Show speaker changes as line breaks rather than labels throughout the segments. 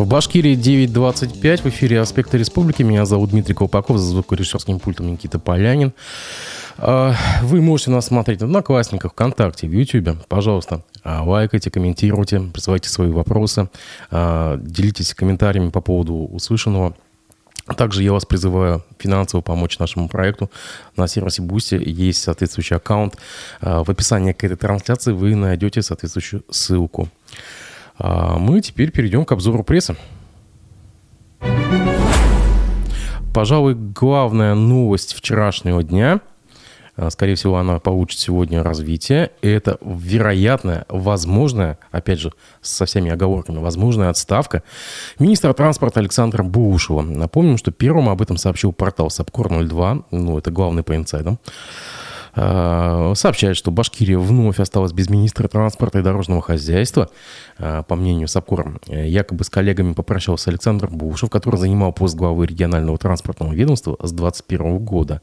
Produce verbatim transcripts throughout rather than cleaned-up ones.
В Башкирии девять двадцать пять, в эфире «Аспекты республики». Меня зовут Дмитрий Колпаков, за звукорежиссерским пультом Никита Полянин. Вы можете нас смотреть в Одноклассниках, ВКонтакте, в Ютубе. Пожалуйста, лайкайте, комментируйте, присылайте свои вопросы, делитесь комментариями по поводу услышанного. Также я вас призываю финансово помочь нашему проекту. На сервисе Boosty есть соответствующий аккаунт. В описании к этой трансляции вы найдете соответствующую ссылку. Мы теперь перейдем к обзору прессы. Пожалуй, главная новость вчерашнего дня, скорее всего, она получит сегодня развитие, это вероятная, возможная, опять же, со всеми оговорками, возможная отставка министра транспорта Александра Булушева. Напомним, что первым об этом сообщил портал Сапкор ноль два, ну, это главный по инсайдам. Сообщает, что Башкирия вновь осталась без министра транспорта и дорожного хозяйства. По мнению Сапкора, якобы с коллегами попрощался Александр Булушев, который занимал пост главы регионального транспортного ведомства с двадцать первого года.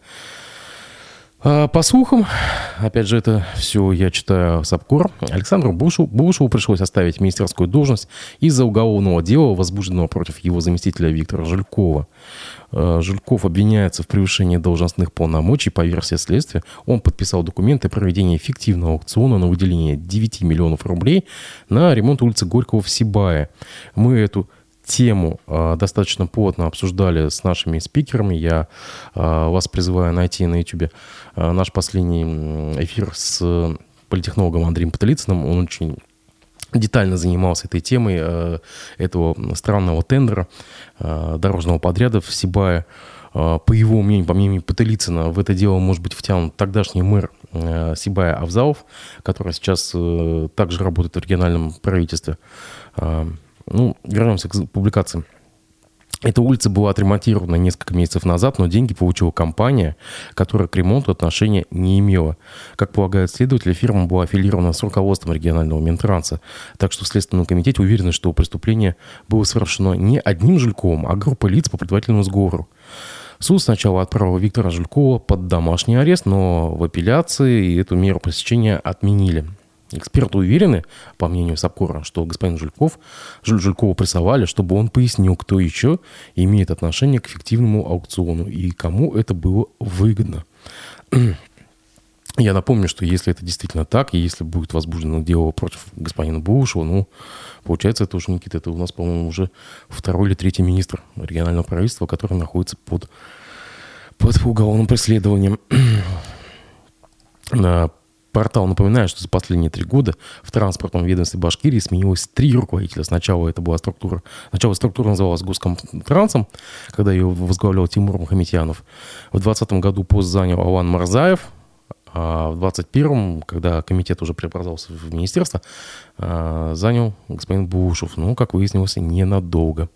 По слухам, опять же, это все я читаю Сапкор, Александру Булушеву, Булушеву пришлось оставить министерскую должность из-за уголовного дела, возбужденного против его заместителя Виктора Жулькова. Жульков обвиняется в превышении должностных полномочий. По версии следствия, он подписал документы о проведении фиктивного аукциона на выделение девяти миллионов рублей на ремонт улицы Горького в Сибае. Мы эту тему э, достаточно плотно обсуждали с нашими спикерами. Я э, вас призываю найти на YouTube э, наш последний эфир с политтехнологом Андреем Потылицыным. Он очень детально занимался этой темой э, этого странного тендера э, дорожного подряда в Сибае. Э, по его мнению, по мнению Потылицына, в это дело может быть втянут тогдашний мэр э, Сибая Авзалов, который сейчас э, также работает в региональном правительстве. Э, Ну, вернемся к публикации. Эта улица была отремонтирована несколько месяцев назад, но деньги получила компания, которая к ремонту отношения не имела. Как полагают следователи, фирма была аффилирована с руководством регионального Минтранса. Так что в Следственном комитете уверены, что преступление было совершено не одним Жульковым, а группой лиц по предварительному сговору. Суд сначала отправил Виктора Жулькова под домашний арест, но в апелляции эту меру пресечения отменили. Эксперты уверены, по мнению Сапкора, что господин Жульков, Жуль, Жулькова прессовали, чтобы он пояснил, кто еще имеет отношение к фиктивному аукциону и кому это было выгодно. Я напомню, что если это действительно так, и если будет возбуждено дело против господина Булушева, ну, получается, это уже, Никита, это у нас, по-моему, уже второй или третий министр регионального правительства, который находится под, под уголовным преследованием. Портал напоминает, что за последние три года в транспортном ведомстве Башкирии сменилось три руководителя. Сначала это была структура... Сначала структура называлась Госкомтрансом, когда ее возглавлял Тимур Мухаметьянов. В двадцатом году пост занял Алан Марзаев. А в двадцать первом, когда комитет уже преобразовался в министерство, занял господин Булушев. Ну, как выяснилось, ненадолго.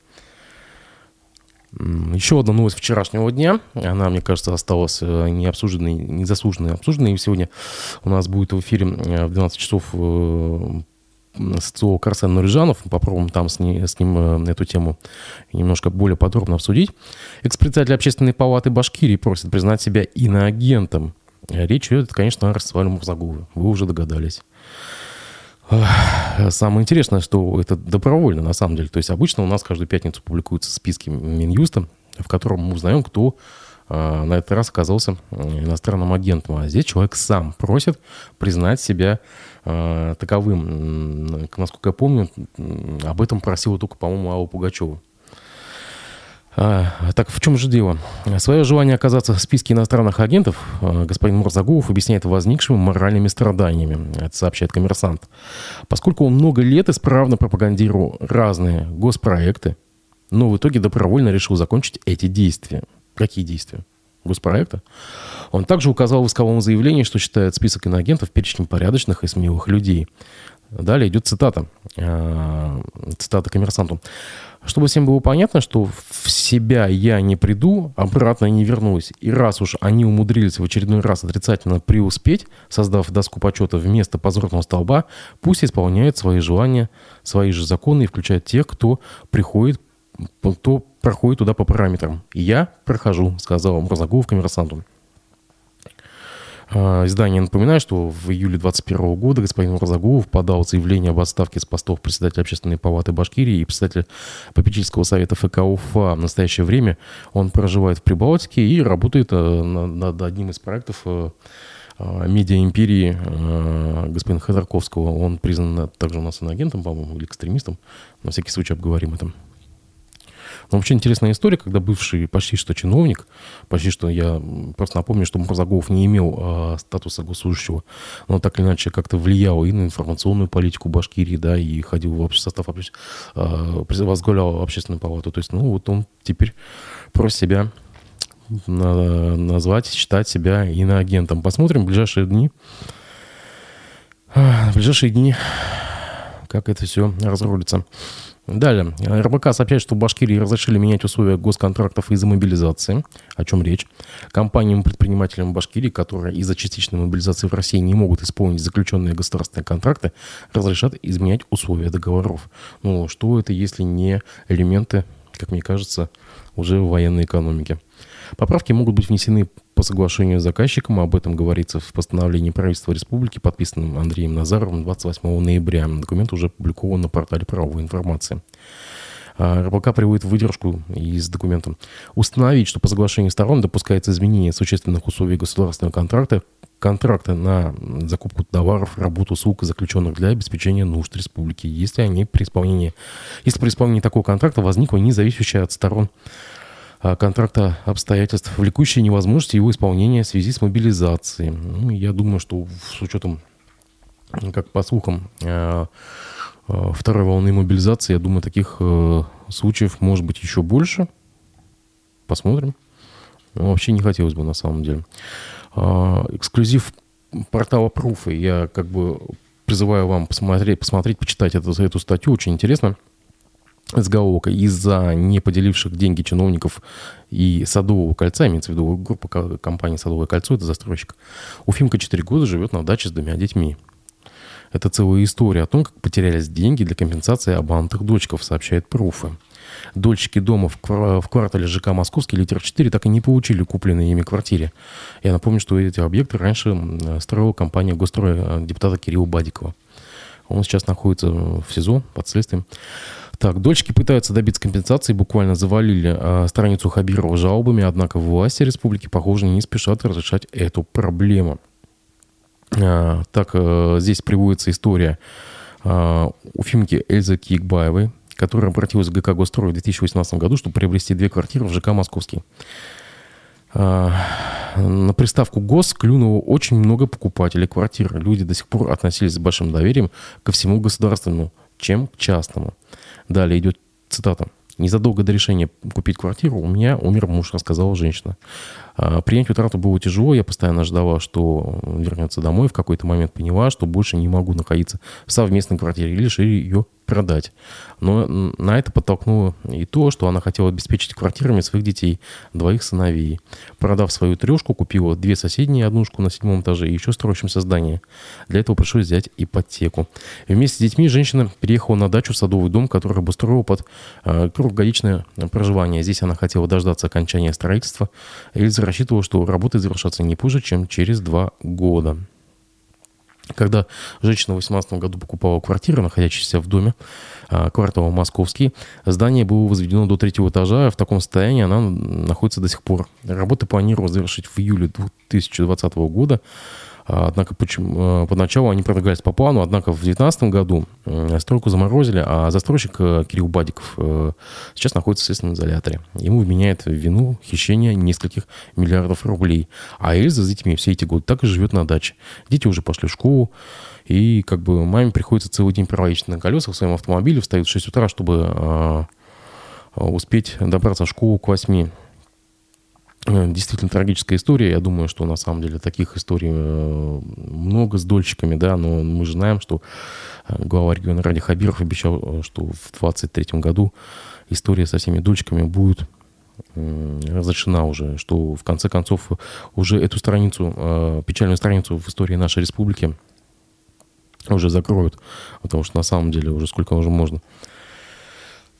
Еще одна новость вчерашнего дня. Она, мне кажется, осталась необсужденной, незаслуженной обсужденной. И сегодня у нас будет в эфире в двенадцать часов социолог Арсен Нурижанов. Попробуем там с ним, с ним эту тему немножко более подробно обсудить. Экс-председатель Общественной палаты Башкирии просит признать себя иноагентом. Речь идет, конечно, о Ростиславе Мурзагове. Вы уже догадались. Самое интересное, что это добровольно, на самом деле. То есть обычно у нас каждую пятницу публикуются списки Минюста, в котором мы узнаем, кто э, на этот раз оказался иностранным агентом. А здесь человек сам просит признать себя э, таковым. Насколько я помню, об этом просила только, по-моему, Алла Пугачева. А, так в чем же дело? Свое желание оказаться в списке иностранных агентов господин Мурзагулов объясняет возникшими моральными страданиями. Это сообщает «Коммерсант». Поскольку он много лет исправно пропагандировал разные госпроекты, но в итоге добровольно решил закончить эти действия. Какие действия? Госпроекта? Он также указал в исковом заявлении, что считает список иноагентов перечнем порядочных и смелых людей. Далее идет цитата. Цитата «Коммерсанту». Чтобы всем было понятно, что в себя я не приду, обратно не вернусь. И раз уж они умудрились в очередной раз отрицательно преуспеть, создав доску почета вместо позорного столба, пусть исполняют свои желания, свои же законы и включают тех, кто приходит, кто проходит туда по параметрам. И я прохожу, сказал Мурзагулов «Коммерсанту». Издание напоминает, что в июле двадцать первого года господин Мурзагулов подал заявление об отставке с постов председателя Общественной палаты Башкирии и председателя попечительского совета ФК Уфа. В настоящее время он проживает в Прибалтике и работает над одним из проектов медиа-империи господина Ходорковского. Он признан также у нас иноагентом, по-моему, или экстремистом. На всякий случай обговорим это. Но вообще интересная история, когда бывший почти что чиновник, почти что, я просто напомню, что Мурзагулов не имел а, статуса госслужащего, но так или иначе как-то влиял и на информационную политику Башкирии, да, и ходил в общий состав, а, возглавлял общественную палату. То есть, ну, вот он теперь просит себя на, назвать, считать себя иноагентом. Посмотрим в ближайшие дни, в ближайшие дни, как это все разрулится. Далее. эр бэ ка сообщает, что в Башкирии разрешили менять условия госконтрактов из-за мобилизации. О чем речь? Компаниям-предпринимателям Башкирии, которые из-за частичной мобилизации в России не могут исполнить заключенные государственные контракты, разрешат изменять условия договоров. Ну, что это, если не элементы, как мне кажется, уже военной экономики? Поправки могут быть внесены по соглашению с заказчиком. Об этом говорится в постановлении правительства республики, подписанном Андреем Назаровым двадцать восьмого ноября. Документ уже опубликован на портале правовой информации. эр бэ ка приводит выдержку из документа. Установить, что по соглашению сторон допускается изменение существенных условий государственного контракта, контракта на закупку товаров, работу, услуг, заключенных для обеспечения нужд республики, если они при исполнении, если при исполнении такого контракта возникла независящая от сторон контракта обстоятельств, влекущие невозможность его исполнения в связи с мобилизацией. Ну, я думаю, что с учетом, как по слухам, второй волны мобилизации, я думаю, таких случаев может быть еще больше. Посмотрим. Но вообще не хотелось бы на самом деле. Эксклюзив портала Пруфа. Я как бы призываю вам посмотреть, посмотреть почитать эту, эту статью. Очень интересно. Заголовок: из-за не поделивших деньги чиновников и Садового кольца, имеется в виду группа компании Садовое кольцо, это застройщик, Уфимка четыре года живет на даче с двумя детьми. Это целая история о том, как потерялись деньги для компенсации обманутых дольщиков, сообщает Пруфы. Дольщики дома в, квар- в квартале ЖК «Московский» литер четыре так и не получили купленные ими квартиры. Я напомню, что эти объекты раньше строила компания Госстроя депутата Кирилла Бадикова. Он сейчас находится в СИЗО под следствием. Так, дольщики пытаются добиться компенсации, буквально завалили а, страницу Хабирова жалобами, однако власти республики, похоже, не спешат разрешать эту проблему. А, так, а, здесь приводится история а, уфимки Эльзы Киекбаевой, которая обратилась в ГК «Госстрой» в две тысячи восемнадцатом году, чтобы приобрести две квартиры в ЖК «Московский». А, на приставку «гос» клюнуло очень много покупателей квартир. Люди до сих пор относились с большим доверием ко всему государственному, чем к частному. Далее идет цитата. «Незадолго до решения купить квартиру у меня умер муж», — рассказала женщина. «Принять утрату было тяжело, я постоянно ждала, что вернется домой. В какой-то момент поняла, что больше не могу находиться в совместной квартире и решили ее продать. Но на это подтолкнуло и то, что она хотела обеспечить квартирами своих детей, двоих сыновей. Продав свою трешку, купила две соседние, однушку на седьмом этаже и еще строящемся здание. Для этого пришлось взять ипотеку. И вместе с детьми женщина переехала на дачу в Садовый дом, который обустроила под э, круглогодичное проживание. Здесь она хотела дождаться окончания строительства. Эльза рассчитывала, что работы завершатся не позже, чем через два года. Когда женщина в две тысячи восемнадцатом году покупала квартиру, находящуюся в доме, квартал «Московский», здание было возведено до третьего этажа, в таком состоянии она находится до сих пор. Работы планировалось завершить в июле две тысячи двадцатого года, однако почему, поначалу они продвигались по плану, однако в две тысячи девятнадцатом году стройку заморозили, а застройщик Кирилл Бадиков сейчас находится в следственном изоляторе. Ему вменяют в вину хищение нескольких миллиардов рублей. А Эльза с детьми все эти годы так и живет на даче. Дети уже пошли в школу, и как бы маме приходится целый день проводить на колесах в своем автомобиле, встает в шесть утра, чтобы успеть добраться в школу к восьми. Действительно трагическая история. Я думаю, что на самом деле таких историй много с дольщиками, да, но мы же знаем, что глава региона Ради Хабиров обещал, что в двадцать третьем году история со всеми дольщиками будет разрешена уже, что в конце концов уже эту страницу, печальную страницу в истории нашей республики уже закроют, потому что на самом деле уже сколько уже можно.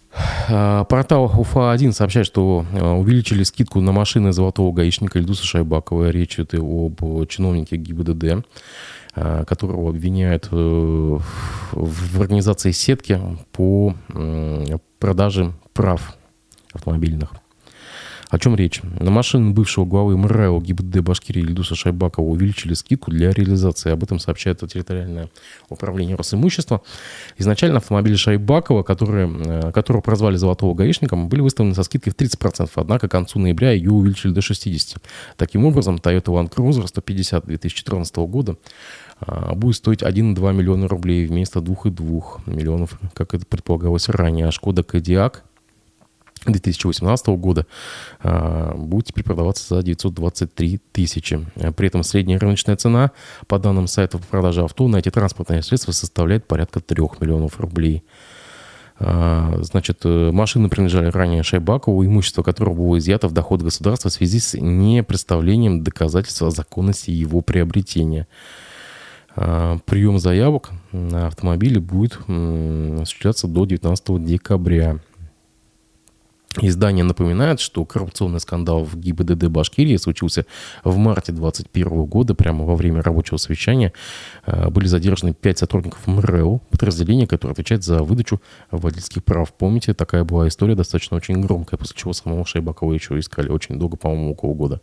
Портал Уфа один сообщает, что увеличили скидку на машины золотого гаишника Ильдуса Шайбакова. Речь идет об чиновнике ГИБДД, которого обвиняют в организации сетки по продаже прав автомобильных. О чем речь? На машины бывшего главы МРЭО ГИБДД Башкирии Ильдуса Шайбакова увеличили скидку для реализации. Об этом сообщает территориальное управление Росимущества. Изначально автомобили Шайбакова, которые, которого прозвали «золотого гаишника», были выставлены со скидкой в тридцать процентов. Однако к концу ноября ее увеличили до шестьдесят процентов. Таким образом, Toyota Land Cruiser сто пятьдесят две тысячи четырнадцатого года будет стоить один и два миллиона рублей вместо двух и двух миллионов, как это предполагалось ранее. А Шкода Кодиак две тысячи восемнадцатого года а, будет теперь продаваться за девятьсот двадцать три тысячи. При этом средняя рыночная цена, по данным сайта по продаже авто, на эти транспортные средства составляет порядка трех миллионов рублей. А, значит, машины принадлежали ранее Шайбакову, имущество которого было изъято в доход государства в связи с непредставлением доказательств о законности его приобретения. А, прием заявок на автомобили будет м, осуществляться до девятнадцатого декабря. Издание напоминает, что коррупционный скандал в ГИБДД Башкирии случился в марте две тысячи двадцать первого года. Прямо во время рабочего совещания были задержаны пять сотрудников МРЭО, подразделения, которое отвечает за выдачу водительских прав. Помните, такая была история достаточно очень громкая, после чего самого Шайбакова еще искали очень долго, по-моему, около года.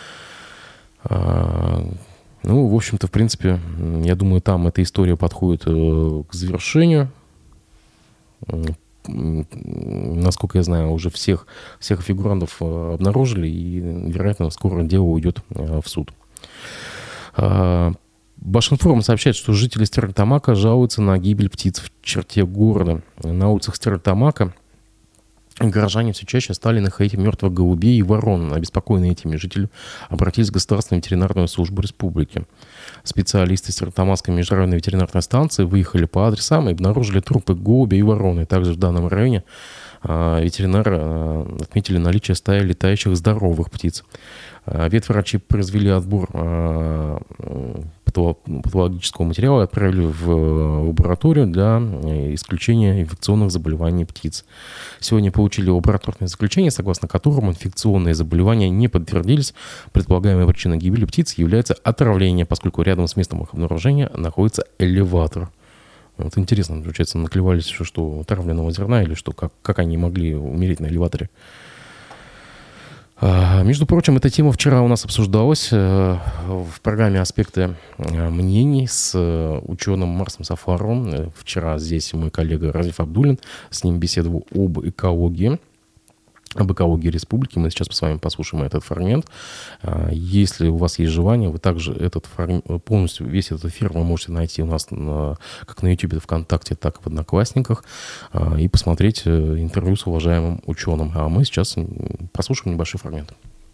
Ну, в общем-то, в принципе, я думаю, там эта история подходит к завершению. Насколько я знаю, уже всех, всех фигурантов обнаружили, и, вероятно, скоро дело уйдет в суд. Башинформ сообщает, что жители Стерлитамака жалуются на гибель птиц в черте города. На улицах Стерлитамака горожане все чаще стали находить мертвых голубей и ворон. Обеспокоенные этими жители обратились в Государственную ветеринарную службу республики. Специалисты Стерлитамакской межрайонной ветеринарной станции выехали по адресам и обнаружили трупы голубя и вороны. Также в данном районе а, ветеринары а, отметили наличие стаи летающих здоровых птиц. А, ветврачи произвели отбор а, патологического материала и отправили в лабораторию для исключения инфекционных заболеваний птиц. Сегодня получили лабораторное заключение, согласно которому инфекционные заболевания не подтвердились. Предполагаемой причиной гибели птиц является отравление, поскольку рядом с местом их обнаружения находится элеватор. Вот интересно, получается, наклевались, что, что отравленного зерна или что, как, как они могли умереть на элеваторе. Между прочим, эта тема вчера у нас обсуждалась в программе «Аспекты мнений» с ученым Марсом Сафаровым. Вчера здесь мой коллега Разиф Абдуллин с ним беседовал об экологии, об экологии республики. Мы сейчас с вами послушаем этот фрагмент. Если у вас есть желание, вы также этот фрагмент, полностью весь этот эфир вы можете найти у нас на, как на YouTube, ВКонтакте, так и в Одноклассниках, и посмотреть интервью с уважаемым ученым. А мы сейчас послушаем небольшой фрагмент.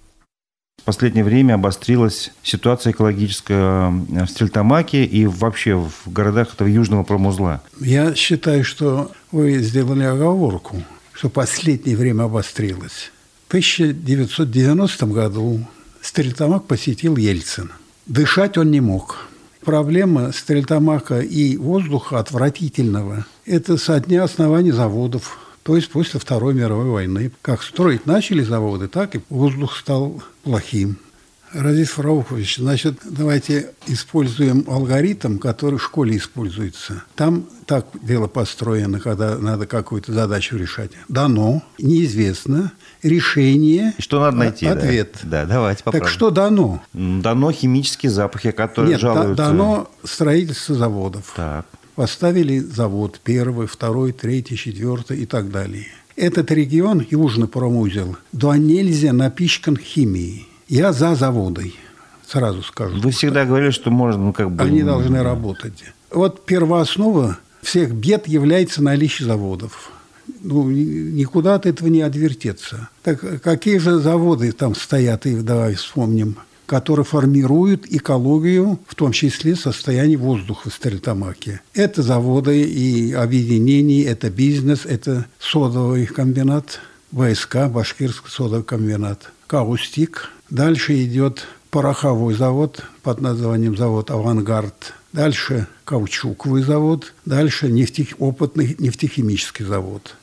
В последнее время обострилась ситуация экологическая в Стерлитамаке и вообще в городах этого южного промузла.
Я считаю, что вы сделали оговорку, что в последнее время обострилось. В тысяча девятьсот девяностом году Стерлитамак посетил Ельцин. Дышать он не мог. Проблема Стерлитамака и воздуха отвратительного – это со дня основания заводов, то есть после Второй мировой войны. Как строить начали заводы, так и воздух стал плохим. Разиф Рауфович, значит, давайте используем алгоритм, который в школе используется. Там так дело построено, когда надо какую-то задачу решать. Дано, неизвестно, решение,
что надо найти,
ответ.
Да, да, давайте попробуем.
Так что дано?
Дано химические запахи, которые
Нет,
жалуются.
дано строительство заводов.
Так.
Поставили завод первый, второй, третий, четвертый и так далее. Этот регион, Южный промузел, до нельзя напичкан химией. Я за заводы, сразу скажу.
Вы всегда говорили, что можно, ну, как бы...
Они должны работать. Вот первооснова всех бед является наличие заводов. Ну, никуда от этого не отвертеться. Так какие же заводы там стоят, и давай вспомним, которые формируют экологию, в том числе состояние воздуха в Стерлитамаке. Это заводы и объединения, это бизнес, это содовый комбинат, ВСК, Башкирский содовый комбинат, Каустик. Дальше идет пороховой завод под названием завод «Авангард». Дальше каучуковый завод. Дальше нефте... опытный нефтехимический завод.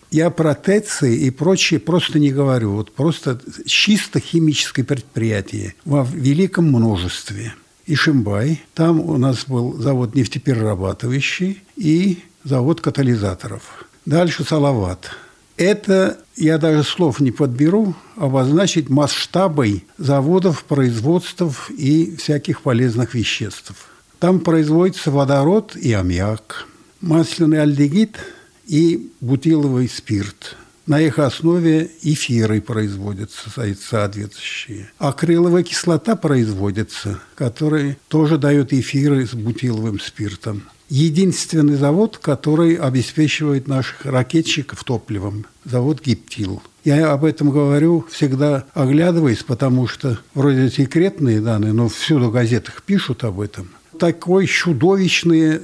Я про ТЭЦы и прочее просто не говорю. Вот просто чисто химическое предприятие во великом множестве. Ишимбай, там у нас был завод нефтеперерабатывающий и завод катализаторов. Дальше Салават. Это, я даже слов не подберу, обозначить масштабой заводов, производств и всяких полезных веществ. Там производится водород и аммиак, масляный альдегид и бутиловый спирт. На их основе эфиры производятся, соответствующие. Акриловая кислота производится, которая тоже дает эфиры с бутиловым спиртом. Единственный завод, который обеспечивает наших ракетчиков топливом, завод «Гиптил». Я об этом говорю, всегда оглядываясь, потому что вроде секретные данные, но всюду в газетах пишут об этом. Такое чудовищное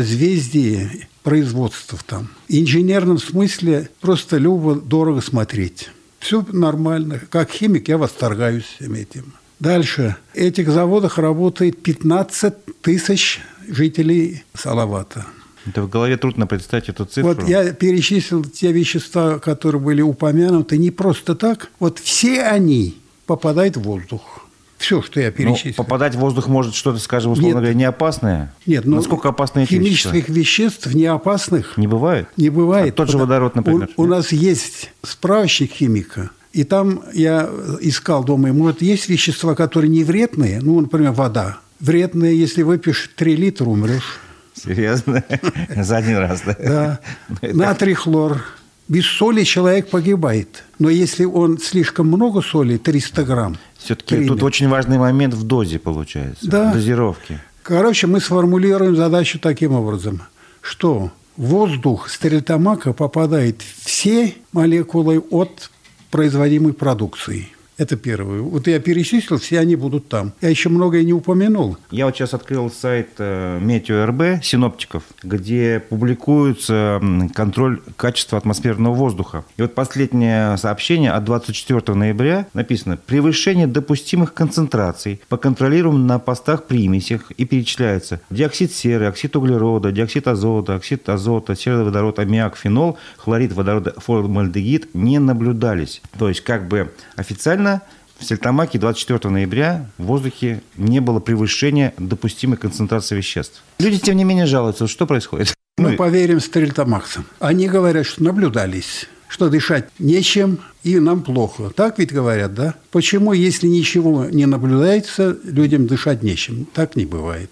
созвездие производства там. В инженерном смысле просто любо дорого смотреть. Все нормально. Как химик я восторгаюсь всем этим. Дальше. В этих заводах работает пятнадцать тысяч жителей Салавата.
Это в голове трудно представить эту цифру.
Вот я перечислил те вещества, которые были упомянуты, не просто так. Вот все они попадают в воздух. Все, что я перечислил.
Но попадать в воздух может что-то, скажем, условно
Нет.
говоря, не опасное?
Нет, но
насколько опасные эти вещества?
Химических веществ не опасных
не бывает?
Не бывает.
А тот же водород, например?
У, у нас есть справочник химика, и там я искал, думаю, может, есть вещества, которые не вредные, ну, например, вода. Вредные, если выпьешь три литра, умрешь.
Серьезно? За один раз, да?
Да. Натрий, хлор. Без соли человек погибает. Но если он слишком много соли, триста грамм,
все-таки
примет.
Тут очень важный момент в дозе получается,
да.
в дозировке.
Короче, мы сформулируем задачу таким образом, что в воздух стрельтамака попадают все молекулы от производимой продукции. Это первое. Вот я перечислил, все они будут там. Я еще многое не упомянул.
Я вот сейчас открыл сайт Метео-РБ синоптиков, где публикуется контроль качества атмосферного воздуха. И вот последнее сообщение от двадцать четвёртого ноября написано: превышение допустимых концентраций по контролируемым на постах примесях, и перечисляется диоксид серы, оксид углерода, диоксид азота, оксид азота, серный водород, аммиак, фенол, хлорид водорода, формальдегид не наблюдались. То есть как бы официально в Стерлитамаке двадцать четвёртого ноября в воздухе не было превышения допустимой концентрации веществ. Люди, тем не менее, жалуются. Что происходит?
Мы поверим стрельтамакцам. Они говорят, что наблюдались, что дышать нечем и нам плохо. Так ведь говорят, да? Почему, если ничего не наблюдается, людям дышать нечем? Так не бывает.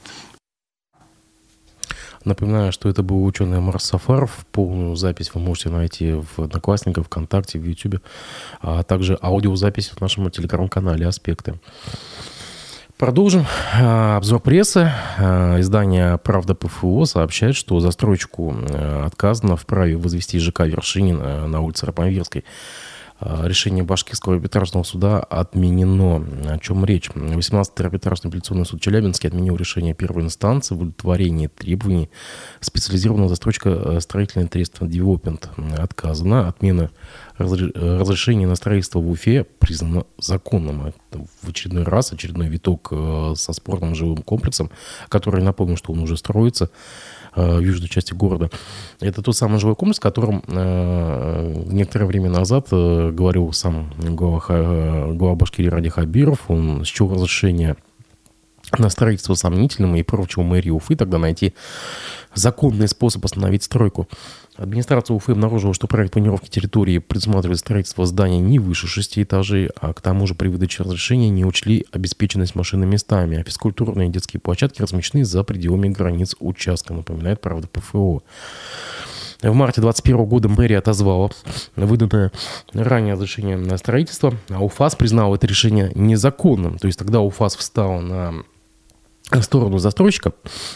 Напоминаю, что это был ученый Амар Сафаров. Полную запись вы можете найти в Одноклассниках, ВКонтакте, в Ютубе, а также аудиозапись в нашем телеграм-канале «Аспекты». Продолжим. Обзор прессы. Издание «Правда ПФО» сообщает, что застройщику отказано в праве возвести ЖК «Вершинин» на улице Рапанверской. Решение Башкирского арбитражного суда отменено. О чем речь? восемнадцатый арбитражный апелляционный суд Челябинский отменил решение первой инстанции в удовлетворении требований специализированного застройщика строительного средства «Девелопмент». Отказано. Отмена разрешения на строительство в Уфе признана законным. Это в очередной раз, очередной виток со спорным жилым комплексом, который, напомню, что он уже строится в южной части города. Это тот самый жилой комплекс, о котором э, некоторое время назад э, говорил сам глава, глава Башкирии Ради Хабиров. Он счел разрешение на строительство сомнительным и поручил мэрии Уфы тогда найти законный способ остановить стройку. Администрация Уфы обнаружила, что проект планировки территории предусматривает строительство здания не выше шести этажей, а к тому же при выдаче разрешения не учли обеспеченность машинными местами, а физкультурные и детские площадки размещены за пределами границ участка, напоминает «Правда ПФО». В марте двадцать первого года мэрия отозвала выданное ранее разрешение на строительство, а УФАС признал это решение незаконным. То есть тогда УФАС встал на сторону застройщика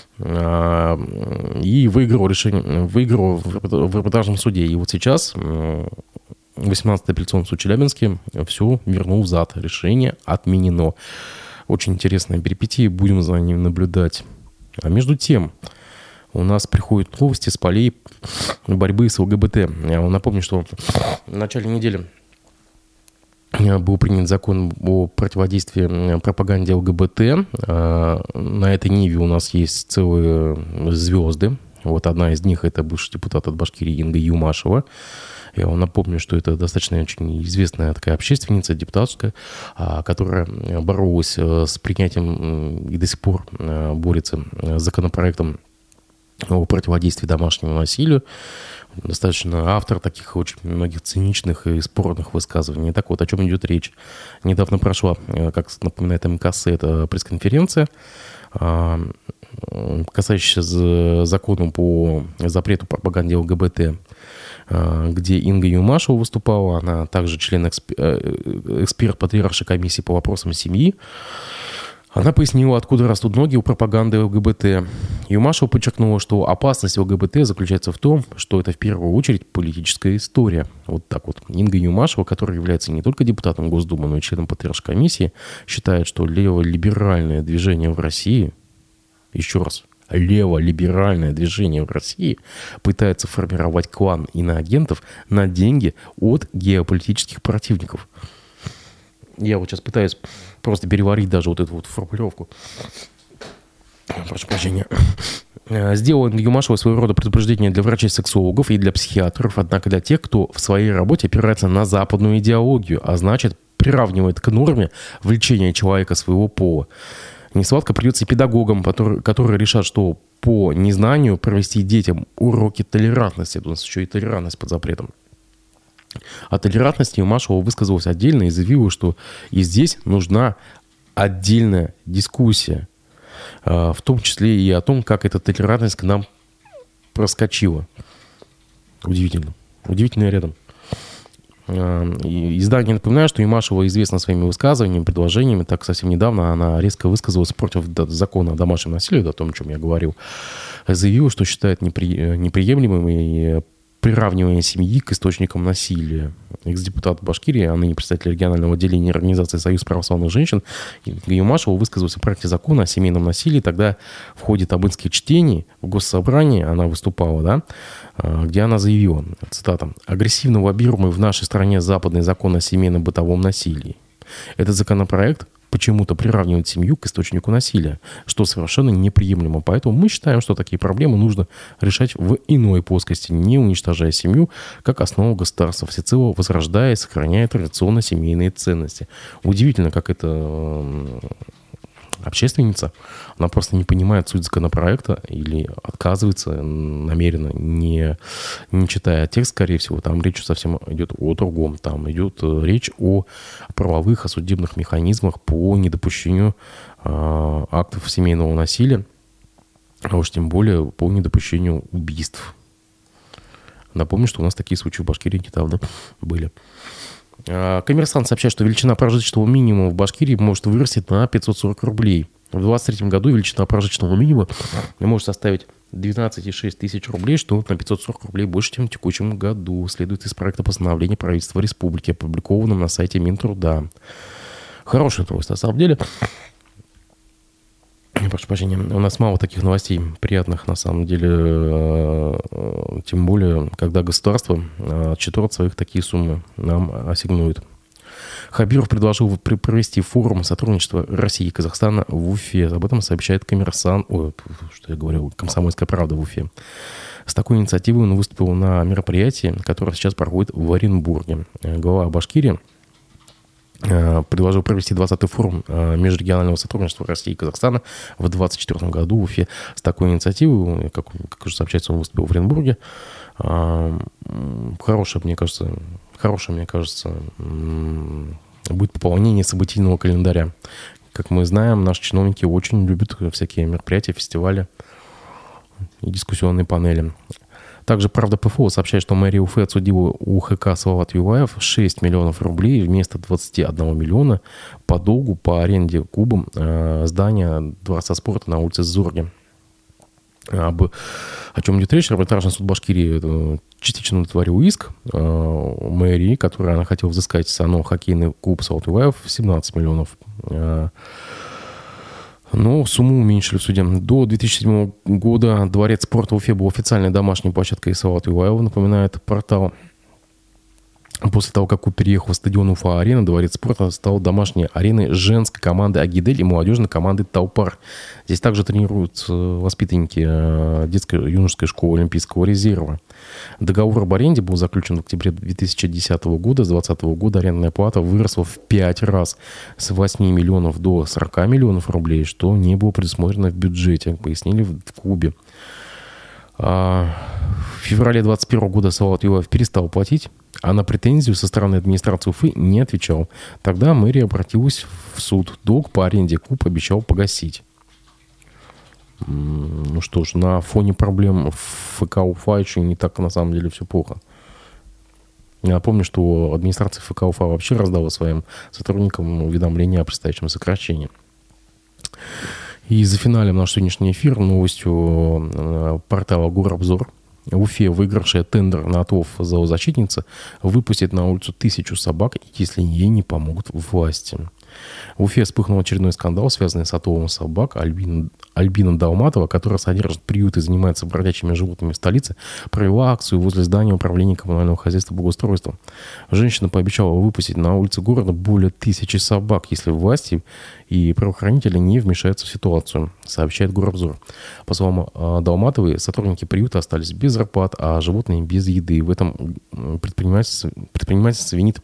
и выиграл решение, выиграл в арбитражном суде. И вот сейчас восемнадцатый апелляционный суд Челябинский все вернул взад. Решение отменено. Очень интересные перипетии, будем за ним наблюдать. А между тем, у нас приходят новости с полей борьбы с ЛГБТ. Я вам напомню, что в начале недели был принят закон о противодействии пропаганде ЛГБТ. На этой ниве у нас есть целые звезды. Вот одна из них — это бывший депутат от Башкирии Инга Юмашева. Я вам напомню, что это достаточно очень известная такая общественница, депутатская, которая боролась с принятием и до сих пор борется с законопроектом о противодействии домашнему насилию. Достаточно автор таких очень многих циничных и спорных высказываний. Так вот, о чем идет речь. Недавно прошла, как напоминает МКС, это пресс-конференция, касающаяся закона по запрету пропаганды ЛГБТ, где Инга Юмашева выступала. Она также член эксперт Патриаршей комиссии по вопросам семьи. Она пояснила, откуда растут ноги у пропаганды ЛГБТ. Юмашева подчеркнула, что опасность ЛГБТ заключается в том, что это в первую очередь политическая история. Вот так вот. Инга Юмашева, которая является не только депутатом Госдумы, но и членом Патриаршей комиссии, считает, что леволиберальное движение в России, еще раз, леволиберальное движение в России пытается формировать клан иноагентов на деньги от геополитических противников. Я вот сейчас пытаюсь просто переварить даже вот эту вот формулировку. Прошу прощения. Сделал Юмашева своего рода предупреждение для врачей-сексологов и для психиатров, однако для тех, кто в своей работе опирается на западную идеологию, а значит, приравнивает к норме влечения человека своего пола. Несладко придется и педагогам, которые, которые решат, что по незнанию провести детям уроки толерантности. У нас еще и толерантность под запретом. О толерантности Юмашева высказалась отдельно и заявила, что и здесь нужна отдельная дискуссия, в том числе и о том, как эта толерантность к нам проскочила. Удивительно. Удивительно рядом. Издание напоминает, что Юмашева известна своими высказываниями, предложениями. Так, совсем недавно она резко высказалась против закона о домашнем насилии, о том, о чем я говорил. Заявила, что считает непри... неприемлемым и приравнивание семьи к источникам насилия. Экс-депутат Башкирии, а ныне представитель регионального отделения организации «Союз православных женщин» Юмашева высказалась о проекте закона о семейном насилии. Тогда в ходе табынских чтений в Госсобрании она выступала, да, где она заявила, цитата, «агрессивно лоббируемый в нашей стране западный закон о семейно-бытовом насилии. Этот законопроект почему-то приравнивает семью к источнику насилия, что совершенно неприемлемо. Поэтому мы считаем, что такие проблемы нужно решать в иной плоскости, не уничтожая семью как основу государства, всецело возрождая и сохраняя традиционно семейные ценности». Удивительно, как это общественница, она просто не понимает суть законопроекта или отказывается намеренно, не, не читая текст, скорее всего. Там речь совсем идет о другом. Там идет речь о правовых, о судебных механизмах по недопущению э, актов семейного насилия, а уж тем более по недопущению убийств. Напомню, что у нас такие случаи в Башкирии недавно были. Коммерсант сообщает, что величина прожиточного минимума в Башкирии может вырасти на пятьсот сорок рублей. В двадцать третьем году величина прожиточного минимума может составить двенадцать целых шесть десятых тысяч рублей, что на пятьсот сорок рублей больше, чем в текущем году. Следует из проекта постановления правительства республики, опубликованного на сайте Минтруда. Хорошая новость, на самом деле. Прошу прощения, у нас мало таких новостей приятных, на самом деле, тем более, когда государство отчету от своих такие суммы нам ассигнует. Хабиров предложил провести форум сотрудничества России и Казахстана в Уфе. Об этом сообщает коммерсант, ой, что я говорил, «Комсомольская правда» в Уфе. С такой инициативой он выступил на мероприятии, которое сейчас проходит в Оренбурге. Глава Башкирии предложил провести двадцатый форум межрегионального сотрудничества России и Казахстана в двадцать четвёртом году в Уфе. С такой инициативой, как, как уже сообщается, он выступил в Оренбурге. Хорошее, мне кажется, хорошее, мне кажется, будет пополнение событийного календаря. Как мы знаем, наши чиновники очень любят всякие мероприятия, фестивали и дискуссионные панели. Также «Правда ПФО» сообщает, что мэрия Уфы отсудила у УХК Салават Юлаев шесть миллионов рублей вместо двадцати одного миллиона по долгу по аренде клубом э, здания Дворца спорта на улице Зорге. Об, о чем идет речь? Арбитражный суд Башкирии э, частично удовлетворил иск э, мэрии, который она хотела взыскать с ОНО хоккейный клуб Салават Юлаев семнадцать миллионов. Э, Но сумму уменьшили в суде. До две тысячи седьмого года Дворец спорта в Уфе был официальной домашней площадкой Салавата Юлаева, напоминает портал. После того, как клуб переехал в стадион Уфа-арена, дворец спорта стал домашней ареной женской команды «Агидель» и молодежной команды «Таупар». Здесь также тренируются воспитанники детской юношеской школы Олимпийского резерва. Договор об аренде был заключен в октябре две тысячи десятого года. С две тысячи двадцатого года арендная плата выросла в пять раз, с восьми миллионов до сорока миллионов рублей, что не было предусмотрено в бюджете, пояснили в клубе. В феврале двадцать первого года Салават Юлаев перестал платить, а на претензию со стороны администрации Уфы не отвечал. Тогда мэрия обратилась в суд. Долг по аренде клуб обещал погасить. Ну что ж, на фоне проблем в ФК Уфа еще не так на самом деле все плохо. Я напомню, что администрация ФК Уфа вообще раздала своим сотрудникам уведомление о предстоящем сокращении. И за финалем наш сегодняшний эфир новостью портала Горобзор. В Уфе выигравшая тендер на отлов зоозащитница выпустит на улицу тысячу собак, если ей не помогут власти. В Уфе вспыхнул очередной скандал, связанный с отловом собак. Альбина, Альбина Далматова, которая содержит приют и занимается бродячими животными в столице, провела акцию возле здания управления коммунального хозяйства и благоустройства. Женщина пообещала выпустить на улицы города более тысячи собак, если власти и правоохранители не вмешаются в ситуацию, сообщает Горобзор. По словам Далматовой, сотрудники приюта остались без зарплат, а животные без еды. В этом предпринимательство, предпринимательство винит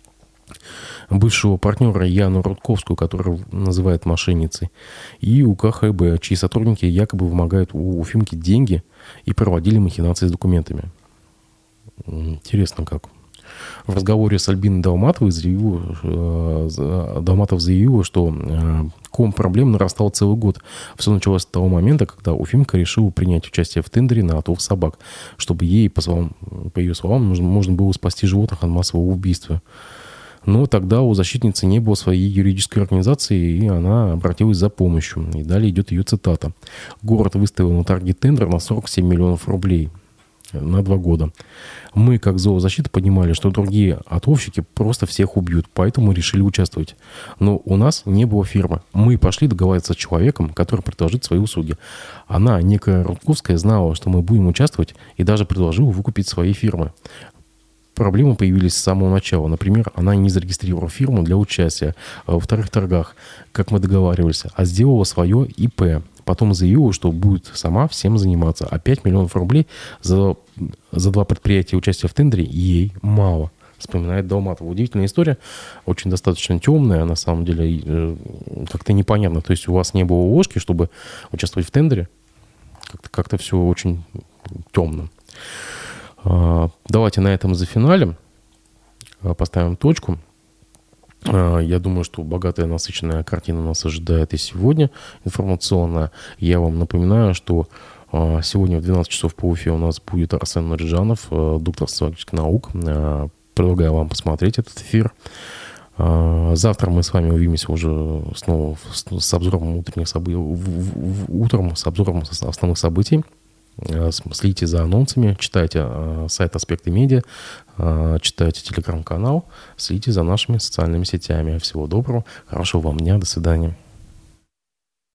бывшего партнера Яну Рудковскую, которую называют мошенницей, и УКХБ, чьи сотрудники якобы вымогают у Уфимки деньги и проводили махинации с документами. Интересно как. В разговоре с Альбиной Далматовой заявил, Далматов заявила, что ком проблем нарастал целый год. Все началось с того момента, когда Уфимка решила принять участие в тендере на отлов собак, чтобы ей, по, словам, по ее словам, нужно, можно было спасти животных от массового убийства. Но тогда у защитницы не было своей юридической организации, и она обратилась за помощью. И далее идет ее цитата. «Город выставил на торги тендер на сорок семь миллионов рублей на два года. Мы, как зоозащита, понимали, что другие отловщики просто всех убьют, поэтому решили участвовать. Но у нас не было фирмы. Мы пошли договариваться с человеком, который предложит свои услуги. Она, некая Рудковская, знала, что мы будем участвовать, и даже предложила выкупить свои фирмы. Проблемы появились с самого начала. Например, она не зарегистрировала фирму для участия во вторых торгах, как мы договаривались, а сделала свое ИП. Потом заявила, что будет сама всем заниматься. А пять миллионов рублей за, за два предприятия участия в тендере ей мало, вспоминает Далматова. Удивительная история, очень достаточно темная, на самом деле, как-то непонятно. То есть у вас не было ложки, чтобы участвовать в тендере? Как-то, как-то все очень темно. Давайте на этом зафиналим, поставим точку. Я думаю, что богатая, насыщенная картина нас ожидает и сегодня информационная. Я вам напоминаю, что сегодня в двенадцать часов по Уфе у нас будет Арсен Нуриджанов, доктор социологических наук. Предлагаю вам посмотреть этот эфир. Завтра мы с вами увидимся уже снова с обзором утренних событий, утром с обзором основных событий. Следите за анонсами, читайте э, сайт «Аспекты медиа», э, читайте телеграм-канал, следите за нашими социальными сетями. Всего доброго, хорошего вам дня, до свидания.